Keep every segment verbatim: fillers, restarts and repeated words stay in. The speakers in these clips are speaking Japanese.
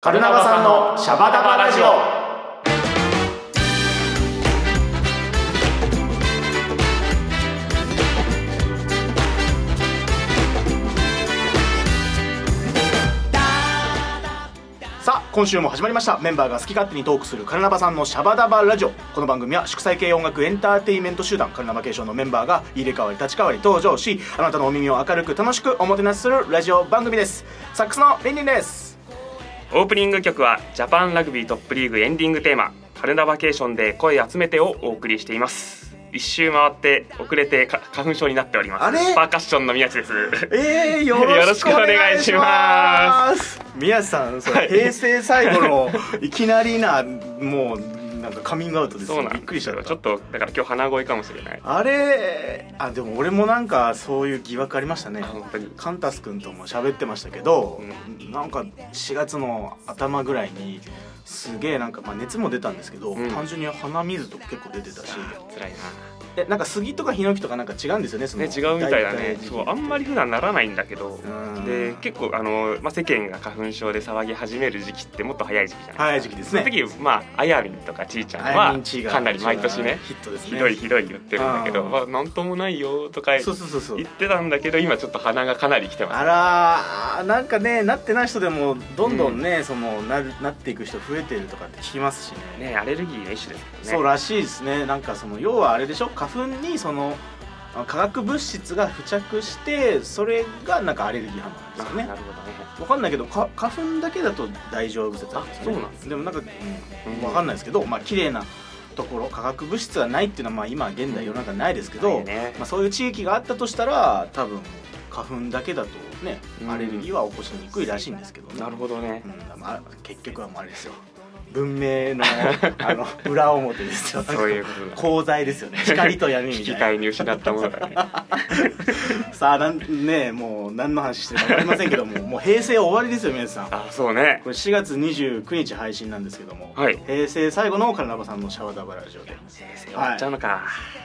カルナバさんのシャバダバラジオ。さあ今週も始まりました。メンバーが好き勝手にトークするカルナバさんのシャバダバラジオ。この番組は祝祭系音楽エンターテインメント集団カルナバケーションのメンバーが入れ替わり立ち替わり登場し、あなたのお耳を明るく楽しくおもてなしするラジオ番組です。サックスのリンリンです。 オープニング曲はジャパンラグビートップリーグエンディングテーマカルナバケーションで声集めてをお送りしています。一周回って遅れて花粉症になっております。 あれパーカッションの宮地です。 えー、よろしくお願いします。宮地さん、それ、はい、平成最後のいきなりなもうなんかカミングアウトですよ。 そうなんびっくりしちゃった。 ちょっとだから今日鼻声かもしれない。 あれあでも俺もなんかそういう疑惑ありましたね。 本当にカンタス君とも喋ってましたけど、うん、なんかしがつの頭ぐらいにすげえなんか、まあ、熱も出たんですけど、うん、単純に鼻水とか結構出てたし、 辛いな。 えなんか杉とかヒノキとかなんか違うんですよね。そのね違うみたいだね。そうあんまり普段ならないんだけど、で結構あの、まあ、世間が花粉症で騒ぎ始める時期ってもっと早い時期じゃないですか。 早い時期ですね。 その時まああやみんとかちーちゃんはかなり毎年ねヒットですね。 ひどいひどい言ってるんだけど、まあ、なんともないよとか言ってたんだけど、今ちょっと鼻がかなり来てます。 あらなんかねなってない人でもどんどんね、うん、その な, なっていく人増えてるとかって聞きますしね。 ねアレルギーの一種ですよね。 そうらしいですね。なんかその要はあれでしょ、花粉にその化学物質が付着してそれがなんかアレルギー反応なんですよね。なるほどね。分かんないけどか花粉だけだと大丈夫説なんですよね。そうなんです。でもなんか、うん、分かんないですけど、まあ綺麗なところ化学物質はないっていうのはまあ今現代世の中ないですけど、うんね、まあ、そういう地域があったとしたら多分花粉だけだとね、うん、アレルギーは起こしにくいらしいんですけどね。 なるほどね、 うん、まあ、結局はもうあれですよ、文明のあの裏表ですよ。 そういうことだ。 功罪ですよね。光と闇みたいな。 引き換えに失ったものだね。 さあなんねもう何の話してるか分かりませんけども、もう平成終わりですよ宮地さん。 あそうね。 これしがつにじゅうくにち配信なんですけども、 はい、 平成最後のカルナバさんのシャワダバラジオで平成終わっちゃうのか、はい、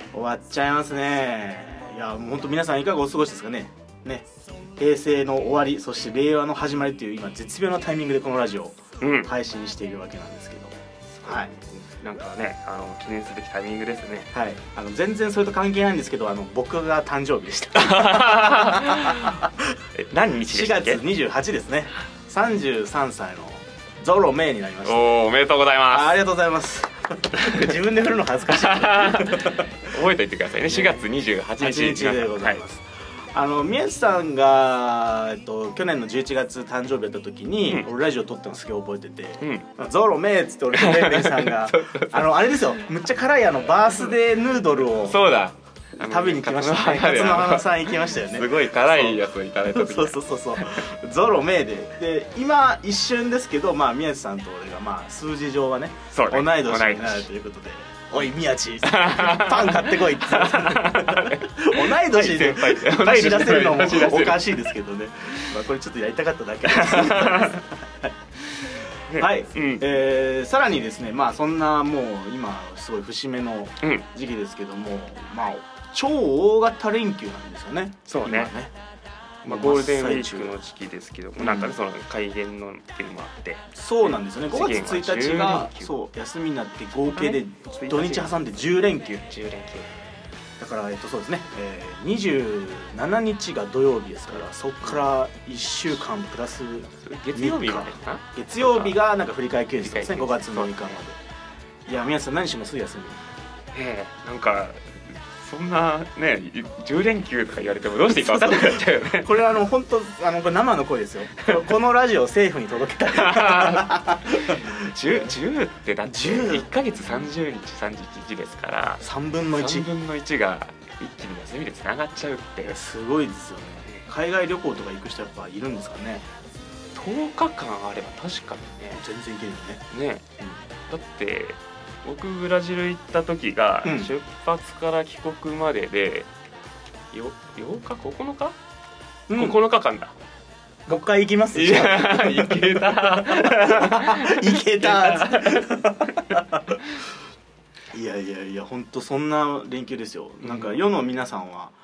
終わっちゃいますね。いやもう本当皆さんいかがお過ごしですかね。ね平成の終わりそして令和の始まりという今絶妙なタイミングでこのラジオを配信しているわけなんですけど、 うん、はい、なんかねあの記念すべきタイミングですね。 はい、あの全然それと関係ないんですけど、あの僕が誕生日でした。 え何日でしたっけ？ しがつにじゅうはちですね。さんじゅうさんさいのゾロメイになりました。 おお、おめでとうございます。 あ, ありがとうございます。自分で振るの恥ずかしい。 覚えておいてくださいね。しがつにじゅうはちにちはちにちでございます、はい。あの宮地さんが、えっと、去年のじゅういちがつ誕生日だった時に、うん、俺ラジオ撮ったのすげえ覚えてて、うん、ゾロメーっつって俺とベイベイさんがあのあれですよ、むっちゃ辛いあのバースデーヌードルをそうだ食べに来ましたね。勝野花さん行きましたよね。 すごい辛いやつをいただいた時。 そうそうそうそう。ゾロメーでで今一瞬ですけど、まあ宮地さんと俺がまあ数字上はね、同い年になるということで。おい宮地パン買ってこいって同い年で走らせるのもおかしいですけどね、まあ、これちょっとやりたかっただけです。はい、うん、えー、さらにですね、まあそんなもう今すごい節目の時期ですけども、うん、まあ超大型連休なんですよね。 そうね、まあ、ゴールデンウィークの時期ですけど、うん、なんかねその改元のっていうのもあって、 そうなんですよね。ごがつついたちがそう休みになって合計で土日挟んでじゅうれんきゅう。 じゅうれんきゅうだから、えっとそうですね、えー、にじゅうしちにちが土曜日ですから、そこからいっしゅうかんプラス月曜日までかな。 月曜日がなんか振り替え休日ですね。ごがつむいかまで。いや宮地さん何します休み？ ええなんかそんなねじゅうれんきゅうとか言われてもどうしていいか分かんなくなっちゃうよね。 これあの本当あのこれ生の声ですよ。このラジオを政府に届けたい。 じゅう, じゅうってだっていっかげつさんじゅうにちさんじゅういちにちですからさんぶんのいち。 さんぶんのいちが一気に休みでつながっちゃうってすごいですよね。海外旅行とか行く人やっぱいるんですかね。 とおかかんあれば確かにね全然行けるよね。 ね、うん、だって僕ブラジル行った時が出発から帰国まででよようかここのか、うん、ここのかかんだ。 もう一回行きます。 いや行けた行けたいやいやいや本当そんな連休ですよ、うん、なんか世の皆さんは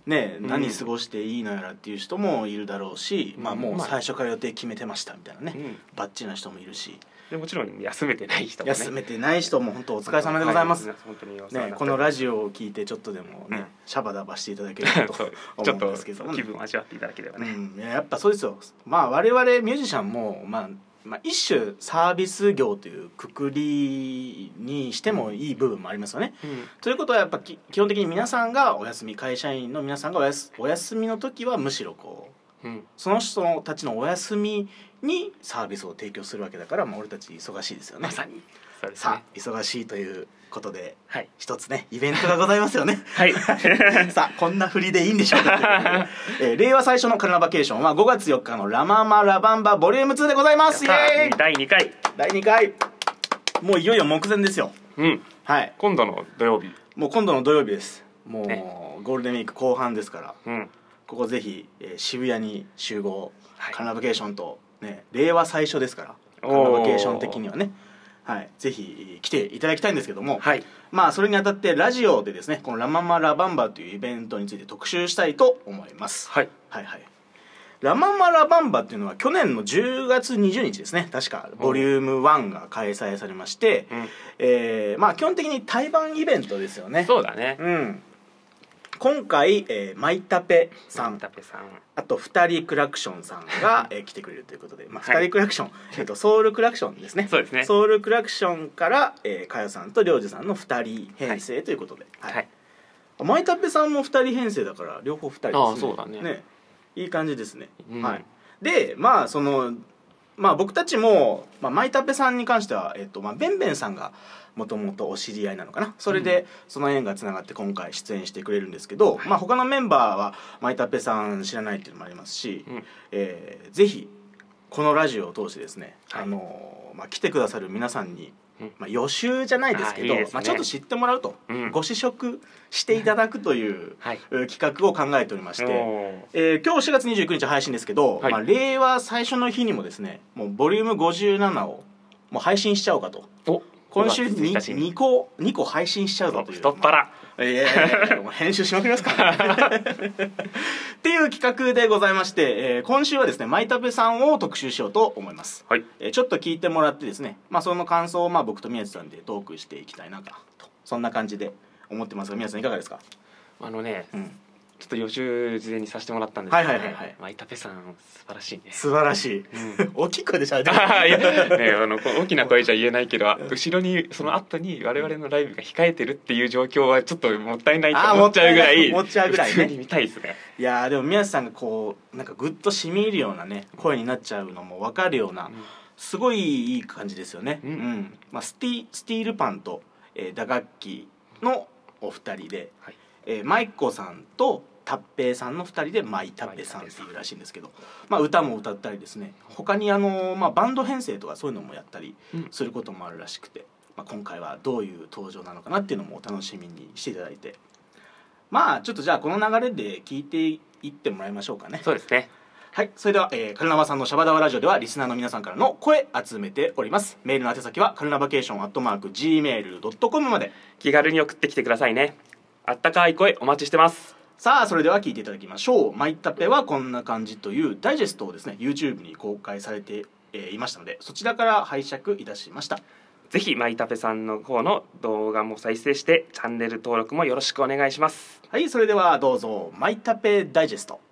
ね、何過ごしていいのやらっていう人もいるだろうし、うん、まあもう最初から予定決めてましたみたいなね、うん、バッチリな人もいるし、 でもちろん休めてない人もね、 休めてない人も本当お疲れ様でございます、はい、本当にね、このラジオを聞いてちょっとでもね、うん、シャバダバしていただければと思うんですけど、 ちょっと気分を味わっていただければね、 うん、いや、やっぱそうですよ。まあ我々ミュージシャンも、まあまあ、一種サービス業というくくりにしてもいい部分もありますよね、うん、ということはやっぱ基本的に皆さんがお休み、会社員の皆さんがおやすお休みの時はむしろこう、うん、その人たちのお休みにサービスを提供するわけだから、まあ、俺たち忙しいですよね。 まさにそうですね。 さあ忙しいということで、 はい、 一つねイベントがございますよねはいさあこんな振りでいいんでしょうかえー、令和最初のカルナバケーションはごがつよっかのラママラバンバボリュームツーでございます。イエーイ、 だいにかいだいにかい、もういよいよ目前ですよ。 うん、はい、今度の土曜日、 もう今度の土曜日です。もう、ね、ゴールデンウィーク後半ですから、 うん、 ここぜひ、えー、渋谷に集合、はい、カルナバケーションと、ね、令和最初ですからカルナバケーション的にはね、はい、ぜひ来ていただきたいんですけども、 はい、 まあそれにあたってラジオでですね、このラママラバンバというイベントについて特集したいと思います。 はい、 はいはい。ラママラバンバっていうのは去年のじゅうがつにじゅうにちですね、確かボリュームワンが開催されまして、うん、えー、まあ基本的に対バンイベントですよね。 そうだね。 うん。今回、えー、マイタペさん、 マイタペさん、 あとふたりクラクションさんが、えー、来てくれるということで、まあ、ふたりクラクション、はい、えー、とソウルクラクションですね。 そうですね。 ソウルクラクションから、えー、かよさんとりょうじさんのふたり編成ということで、はいはい、マイタペさんもふたり編成だから両方ふたりですね。 ああ、そうだね。 ね、いい感じですね、 うん、 はい。でまあそのまあ僕たちも、まあ、マイタペさんに関しては、えーとまあ、ベンベンさんがもともとお知り合いなのかな、それでその縁がつながって今回出演してくれるんですけど、うん、まあ、他のメンバーはマイタペさん知らないっていうのもありますし、うん、えー、ぜひこのラジオを通してですね、はい、あのまあ、来てくださる皆さんに、まあ、予習じゃないですけど、いいですね、まあ、ちょっと知ってもらうと、うん、ご試食していただくという、はい、企画を考えておりまして、えー、今日しがつにじゅうくにち配信ですけど、はい、まあ、令和最初の日にもですね、もうボリュームごじゅうななをもう配信しちゃおうかと。お、今週 2, にこにこ配信しちゃうぞという、 太っ腹、まあ、いやいやいやもう編集しまくりますからっていう企画でございまして、えー、今週はですねマイタペさんを特集しようと思います、はい。えー、ちょっと聞いてもらってですね、まあ、その感想をまあ僕と宮地さんでトークしていきたいなと、そんな感じで思ってますが、宮地さんいかがですか？ あのね、うん、ちょっと予習事前にさせてもらったんですけど、ね、はいはいはいはい、マイタペさん素晴らしいね。 素晴らしい、うん、大きい声でしゃべってるいや、ね、あの大きな声じゃ言えないけど、後ろにその後に我々のライブが控えてるっていう状況はちょっともったいないと思っちゃうぐらい、 思っちゃうぐらいね、 普通に見たいですね。 いやでも宮地さんがこうなんかグッと染み入るようなね声になっちゃうのも分かるような、うん、すごいいい感じですよね、うんうん。まあ、スティスティールパンと、えー、打楽器のお二人で、はい、えー、マイコさんとタッペイさんのふたりでマイタッペさんっていうらしいんですけど、まあ、歌も歌ったりですね、他にあの、まあ、バンド編成とかそういうのもやったりすることもあるらしくて、まあ、今回はどういう登場なのかなっていうのもお楽しみにしていただいて、まあちょっとじゃあこの流れで聞いていってもらいましょうかね。 そうですね。 はい、それでは、えー、カルナバさんのシャバダワラジオではリスナーの皆さんからの声集めております。メールの宛先はカルナバケーションアットマーク ジーメールドットコム まで気軽に送ってきてくださいね。あったかい声お待ちしてます。 さあそれでは聞いていただきましょう。マイタペはこんな感じというダイジェストをですね YouTube に公開されていましたので、そちらから拝借いたしました。 ぜひマイタペさんの方の動画も再生してチャンネル登録もよろしくお願いします。 はい、それではどうぞマイタペダイジェスト。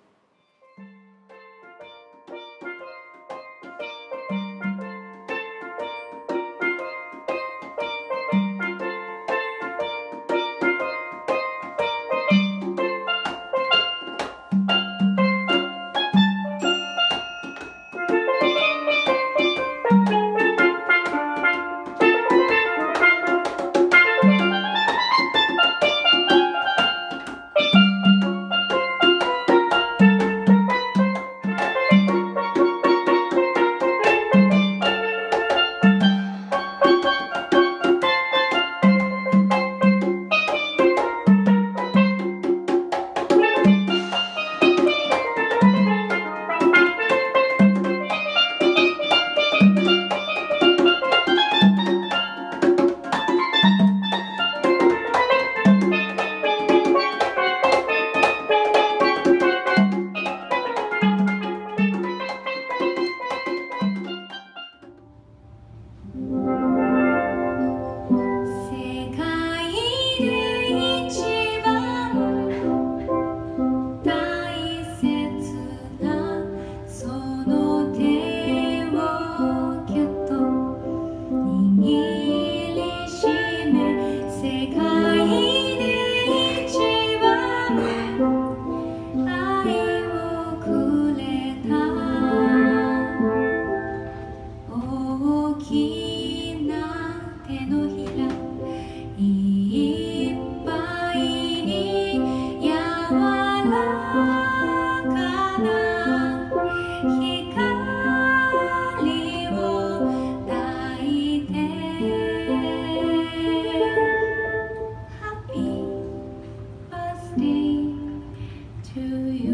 きな手のひらいっぱいに柔らかな光を抱いて Happy birthday to you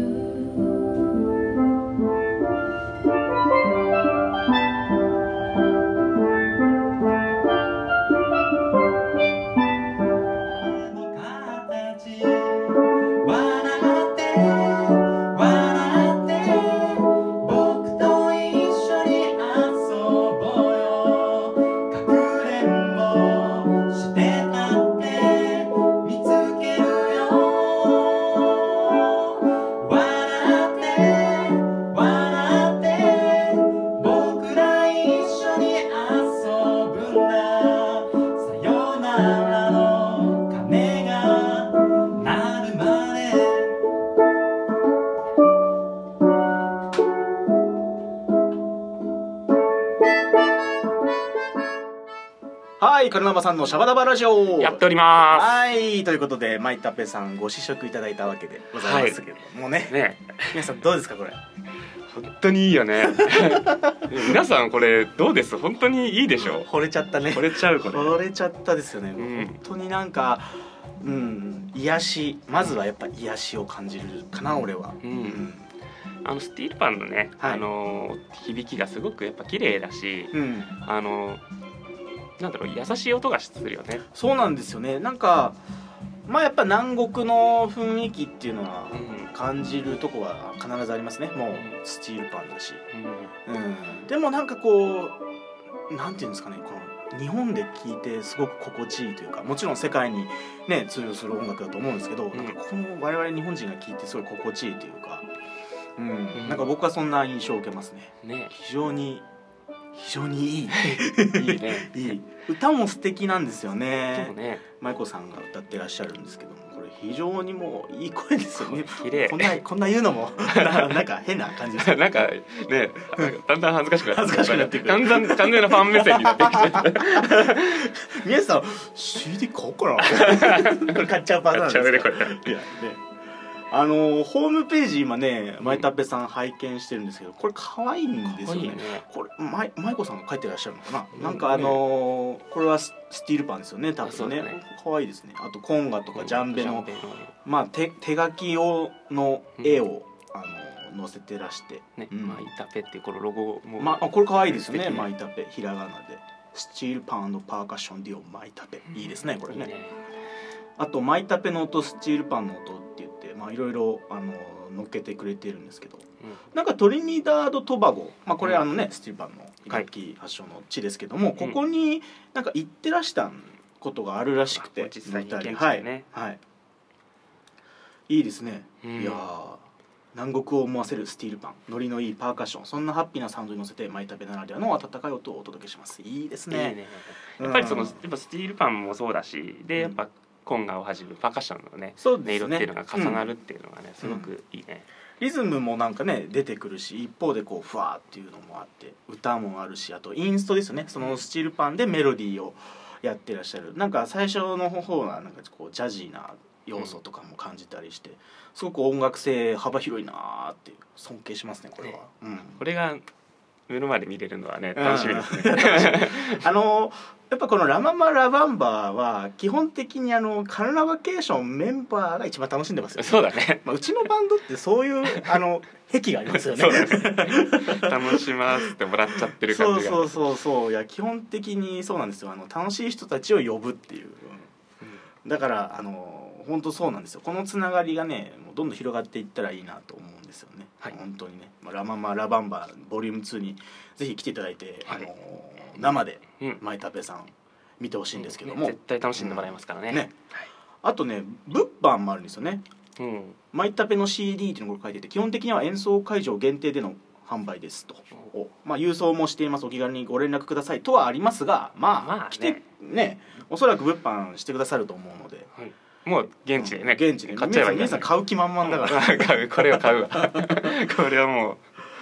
はい、カルナバさんのシャバダバラジオやっております。 はい、ということでマイタペさんご試食いただいたわけでございますけども、はい、ねね皆さんどうですかこれ。 本当にいいよね皆さんこれどうです？本当にいいでしょ？ 惚れちゃったね。 惚れちゃうこれ。 惚れちゃったですよね、うん、本当になんかうん癒し、まずはやっぱ癒しを感じるかな、うん、俺は、うんうん、 あのスティールパンのね、はい、あの響きがすごくやっぱ綺麗だし、うん、あのなんだろう、優しい音がするよね。 そうなんですよね。なんかまあやっぱ南国の雰囲気っていうのは感じるとこは必ずありますね。もうスチールパンだし、うんうん、でもなんかこうなんていうんですかね、この日本で聴いてすごく心地いいというか、もちろん世界にね通用する音楽だと思うんですけど、うん、なんかこの我々日本人が聴いてすごい心地いいというか、うんうん、なんか僕はそんな印象を受けますね。ね、非常に非常にいいいいねいい歌も素敵なんですよね。ね、舞子さんが歌ってらっしゃるんですけども、これ非常にもういい声ですよね。 綺麗。 こんなこんな言うのもなんか変な感じですなんかね、だんだん恥ずかしくなって恥ずかしくなってくる。 完全完全なファン目線になってきて皆さん シーディー 買おうかなこれ買っちゃうパターンですか。買っちゃうねこれ。いやね、あのホームページ今ね、マイタペさん拝見してるんですけど、これ可愛いんですよね。いいね、これまい舞子さんが書いてらっしゃるのかな、うん、なんかあのー、これはスティールパンですよね多分ね。ね、可愛いですね。あとコンガとかジャンベの、うん、まあ 手, 手書き用の絵を、うん、あの載せてらして、 ね、うん、マイタペってこのロゴも、 まあ、これ可愛いですね。マイタペひらがなでスチールパンのパーカッションデュオマイタペ、いいですねこれね。いいね。あとマイタペの音、スチールパンの音って言ってまあいろいろあの乗っけてくれてるんですけど、うん、なんかトリニダード・トバゴ、まあこれあのね、うん、スチールパンの楽器発祥の地ですけども、はい、ここになんか行ってらしたことがあるらしくて、うん、実際に現地でね、はいはい、いいですね、うん、いや南国を思わせるスティールパン、ノリのいいパーカッション、そんなハッピーなサウンドに乗せてマイタペならではの温かい音をお届けします。いいですね。いいね。 やっぱりその、うん、やっぱスティールパンもそうだし、でやっぱコンガをはじめパーカッションのね、音色っていうのが重なるっていうのがね、すごくいいね。 リズムもなんかね出てくるし、一方でこうフワーっていうのもあって歌もあるし、あとインストですよね。そのスチールパンでメロディーをやってらっしゃる、なんか最初の方はなんかこうジャジーな要素とかも感じたりして、すごく音楽性幅広いなーっていう尊敬しますねこれは、うん、 これが目の前で見れるのはね楽しみですね、 うん、あのやっぱこのラママラバンバーは基本的にあのカルナバケーションメンバーが一番楽しんでますよね。 そうだね、 まあ、うちのバンドってそういうあの癖がありますよね。 そうだね楽しませてもらっちゃってる感じが。 そうそうそうそう、いや基本的にそうなんですよ。あの楽しい人たちを呼ぶっていう、うん、だからあの本当そうなんですよ。このつながりがねもうどんどん広がっていったらいいなと思うんですよね、はい、本当にね。ラママラバンバーボリュームツーにぜひ来ていただいて、はい、あの生でマイタペさん見てほしいんですけども、うんね、 絶対楽しんでもらえますからね、うんね、 はい、あとね物販もあるんですよね、うん、マイタペの シーディー っていうのが書いてて、基本的には演奏会場限定での販売ですと、うん、まあ、郵送もしています、お気軽にご連絡くださいとはありますが、まあ、まあね、来てねおそらく物販してくださると思うので、はい、 もう現地でね、 現地で買っちゃえばいい。皆さん買う気満々だから買う、これは買うわこれはもう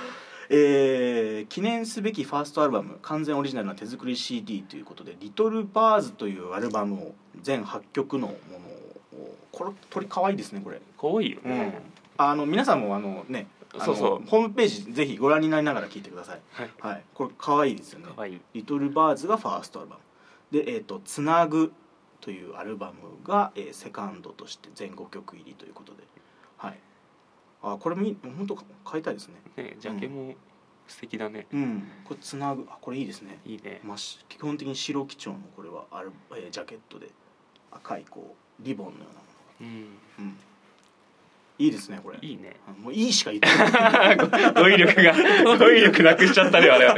えー記念すべきファーストアルバム完全オリジナルな手作り シーディー ということでリトルバーズというアルバムを全はちきょくのものをこれ鳥かわいいですねこれかわいいよね、 うん、あの皆さんもあのねそうそうホームページぜひご覧になりながら聞いてください。 はい、 はい、これ可愛いですよね。 かわいい。 リトルバーズがファーストアルバムで、えーと、つなぐというアルバムが、えー、セカンドとして全ごきょく入りということで、はい、あこれも本当買いたいですね。 ねジャケも素敵だね。 うん、うん、これつなぐあこれいいですね。 いいね。 まあ、基本的に白基調のこれはアル、えー、ジャケットで赤いこうリボンのようなものが。うん。うんいいですねこれ。 いいね。 もういいしか言ってない。 語彙力が語彙力なくしちゃったねあれはね。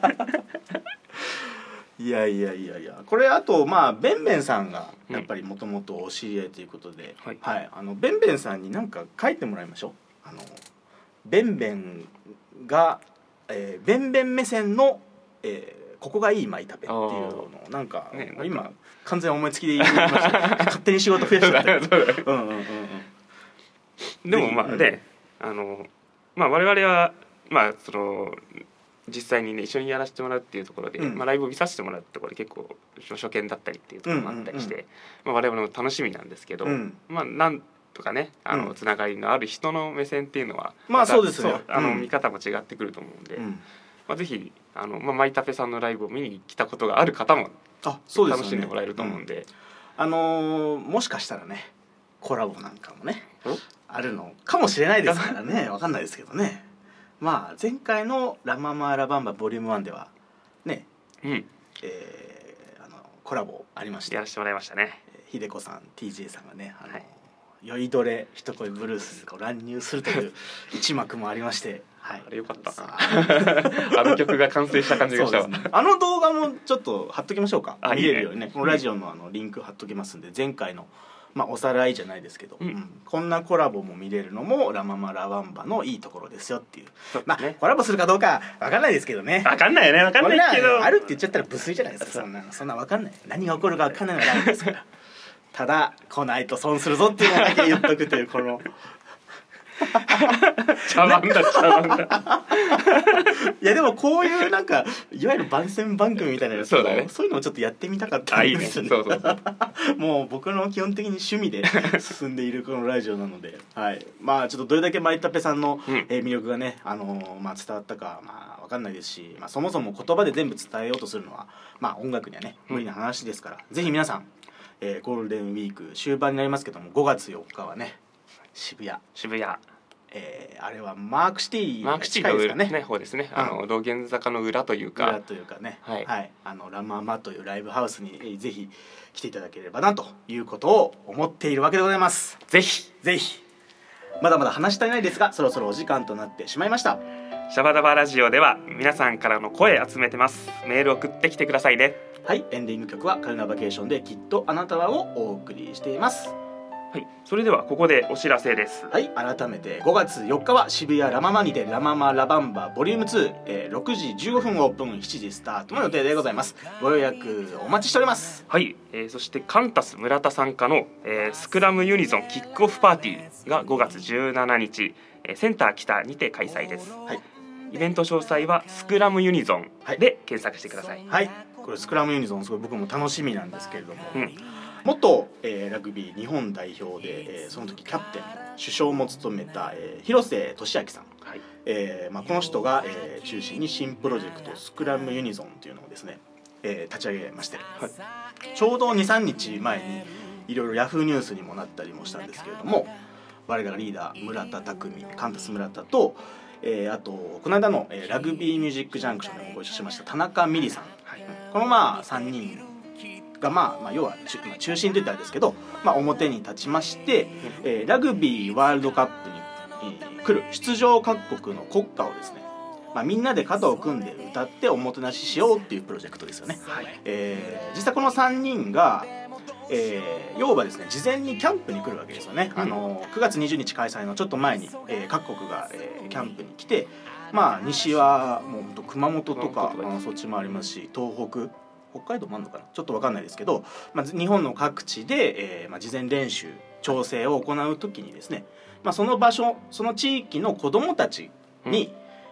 いやいやいやいやこれあとまあベンベンさんがやっぱりもともとお知り合いということで、うん、はい、はい、あのベンベンさんに何か書いてもらいましょう。あのベンベンが、えー、ベンベン目線の、えーここがいいマイタペっていうのをなんか、ね、今完全思いつきで言いました勝手に仕事増やしちゃった。うんうんうんうんでもまあね、あのまあ我々はまあその実際にね一緒にやらせてもらうっていうところで、うんまあ、ライブを見させてもらうところで結構初見だったりっていうところもあったりして、うんうんうんまあ、我々も楽しみなんですけど、うん、まあなんとかねあのつながりのある人の目線っていうのはまあそうですねあの見方も違ってくると思うんで、うんまあ、ぜひあの、まあ、マイタペさんのライブを見に来たことがある方もあそうですよね、 楽しんでもらえると思うんで、うん、 あのー、もしかしたらねコラボなんかもねあるのかもしれないですからねわかんないですけどね。まあ前回のラママラバンバボリュームワンではね、うんえー、あのコラボありましてやらせてもらいましたね。 ひでこさん ティージェー さんがねあの、はい、酔いどれ一声ブルースを乱入するという一幕もありまして、はい、 あれよかったあの曲が完成した感じがしたわ、ね、 あの動画もちょっと貼っときましょうか。見れるようにね、このラジオのあのリンク貼っときますんで前回のまあ、おさらいじゃないですけど、うんうん、こんなコラボも見れるのもラママラワンバのいいところですよっていう、ね、まあコラボするかどうか分かんないですけどね。 分かんないよね分かんないけどあるって言っちゃったら無粋じゃないですか。そんなそんな分かんない何が起こるか分かんないのがあるんですからただ来ないと損するぞっていうのだけ言っとくというこの茶番だ茶番だいやでもこういうなんかいわゆる番宣番組みたいなやつそうだね、 そういうのをちょっとやってみたかったんですよね。 そうそうそうもう僕の基本的に趣味で進んでいるこのラジオなので、はい、まあちょっとどれだけマイタペさんの、うんえー、魅力がね、あのーまあ、伝わったかまあ分かんないですし、まあ、そもそも言葉で全部伝えようとするのは、まあ、音楽にはね無理な話ですから、うん、ぜひ皆さん、えー、ゴールデンウィーク終盤になりますけどもごがつよっかはね渋谷渋谷えー、あれはマークシティマークシティの裏ね方ですね、あの道玄坂の裏というか裏というかね、はい、はい、あのラママというライブハウスに、えー、ぜひ来ていただければなということを思っているわけでございます。 ぜひぜひまだまだ話したいないですがそろそろお時間となってしまいました。 シャバダバラジオでは皆さんからの声集めてます。メール送ってきてくださいね。 はい、エンディング曲はカルナバケーションできっとあなたはをお送りしています。 はい、それではここでお知らせです。 はい、改めてごがつよっかは渋谷ラママにてラママラバンバボリュームツー、えー、ろくじじゅうごふんオープンしちじスタートの予定でございます。ご予約お待ちしております。 はい、えー、そしてカンタス村田参加の、えー、スクラムユニゾンキックオフパーティーがごがつじゅうしちにち、えー、センター北にて開催です。はい、イベント詳細はスクラムユニゾンで検索してください。 はい、はい、これスクラムユニゾンすごい僕も楽しみなんですけれども、うん元、えー、ラグビー日本代表で、えー、その時キャプテン主将も務めた、えー、広瀬俊明さん、はいえーまあ、この人が、えー、中心に新プロジェクトスクラムユニゾンというのをですね、えー、立ち上げまして、はい、ちょうど にさんにちまえにいろいろヤフーニュースにもなったりもしたんですけれども、我らがリーダー村田匠カンタス村田と、えー、あとこの間の、えー、ラグビーミュージックジャンクションでもご一緒しました田中美里さん、はい、このまあさんにんがまあまあ要は中心といったらですけど、まあ、表に立ちまして、えー、ラグビーワールドカップに、えー、来る出場各国の国歌をですね、まあ、みんなで肩を組んで歌っておもてなししようっていうプロジェクトですよね。はいえー、実際このさんにんが、えー、要はですね事前にキャンプに来るわけですよね。あのくがつにじゅうにち開催のちょっと前に、えー、各国が、えー、キャンプに来て、まあ、西はもう熊本とかあのそっちもありますし東北北海道もあるのかなちょっと分かんないですけど、まあ、日本の各地で、えーまあ、事前練習調整を行う時にですね、まあ、その場所その地域の子どもたちに、うん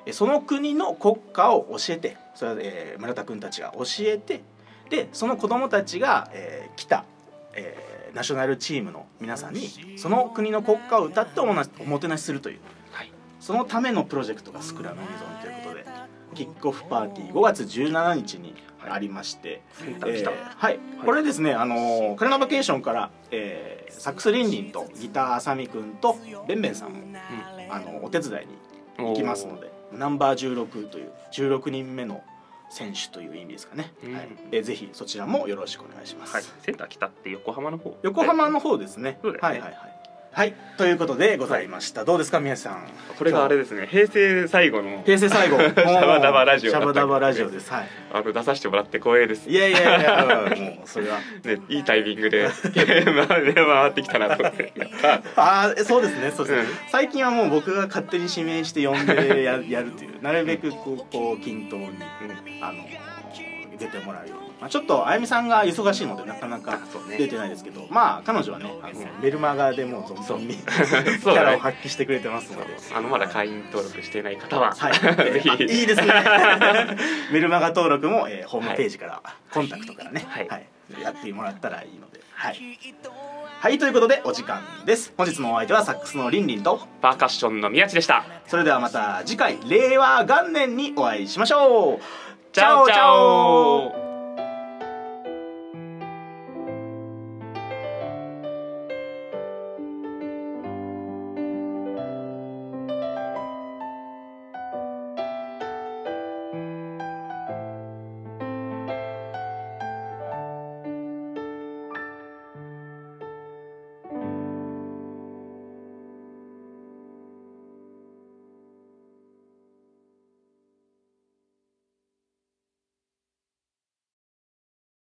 その国の国歌を教えて、それは、えー、村田くんたちが教えて、でその子どもたちが、えー、来た、えー、ナショナルチームの皆さんにその国の国歌を歌っておもなおもてなしするという、はい、そのためのプロジェクトがスクラムメゾンということで、キックオフパーティーごがつじゅうしちにちにありまして、はいえーはい、これですね、あのー、クラナバケーションから、えー、サックスリンリンとギターあさみくんとベンベンさんも、うん、あのお手伝いに行きますので、ナンバーじゅうろくというじゅうろくにんめの選手という意味ですかね、うんはい、でぜひそちらもよろしくお願いします、 はい、センター北って横浜の方横浜の方ですね、はい、はいはいはいはい、ということでございました、はい、どうですか宮地さん。 これがあれですね、平成最後の平成最後シャバダバラジオシャバダバラジオです、はい、 あの出させてもらって光栄です。 いやいやいやもうそれは、 ね、いいタイミングで回ってきたなと思ってああそうですねそうですね、うん、最近はもう僕が勝手に指名して呼んでや, やるというなるべくこう、こう均等に、うん、あの出てもらうように、まあ、ちょっとあやみさんが忙しいのでなかなか出てないですけど、ね、まあ彼女はねあのメルマガでもう存分にキャラを発揮してくれてますので、 あのまだ会員登録していない方は、はい、 ぜひいいですねメルマガ登録も、えー、ホームページから、はい、コンタクトからね、はいはい、やってもらったらいいので、はい、はい、ということでお時間です。本日のお相手はサックスのリンリンとパーカッションの宮地でした。 それではまた次回令和元年にお会いしましょう。チャオチャオ。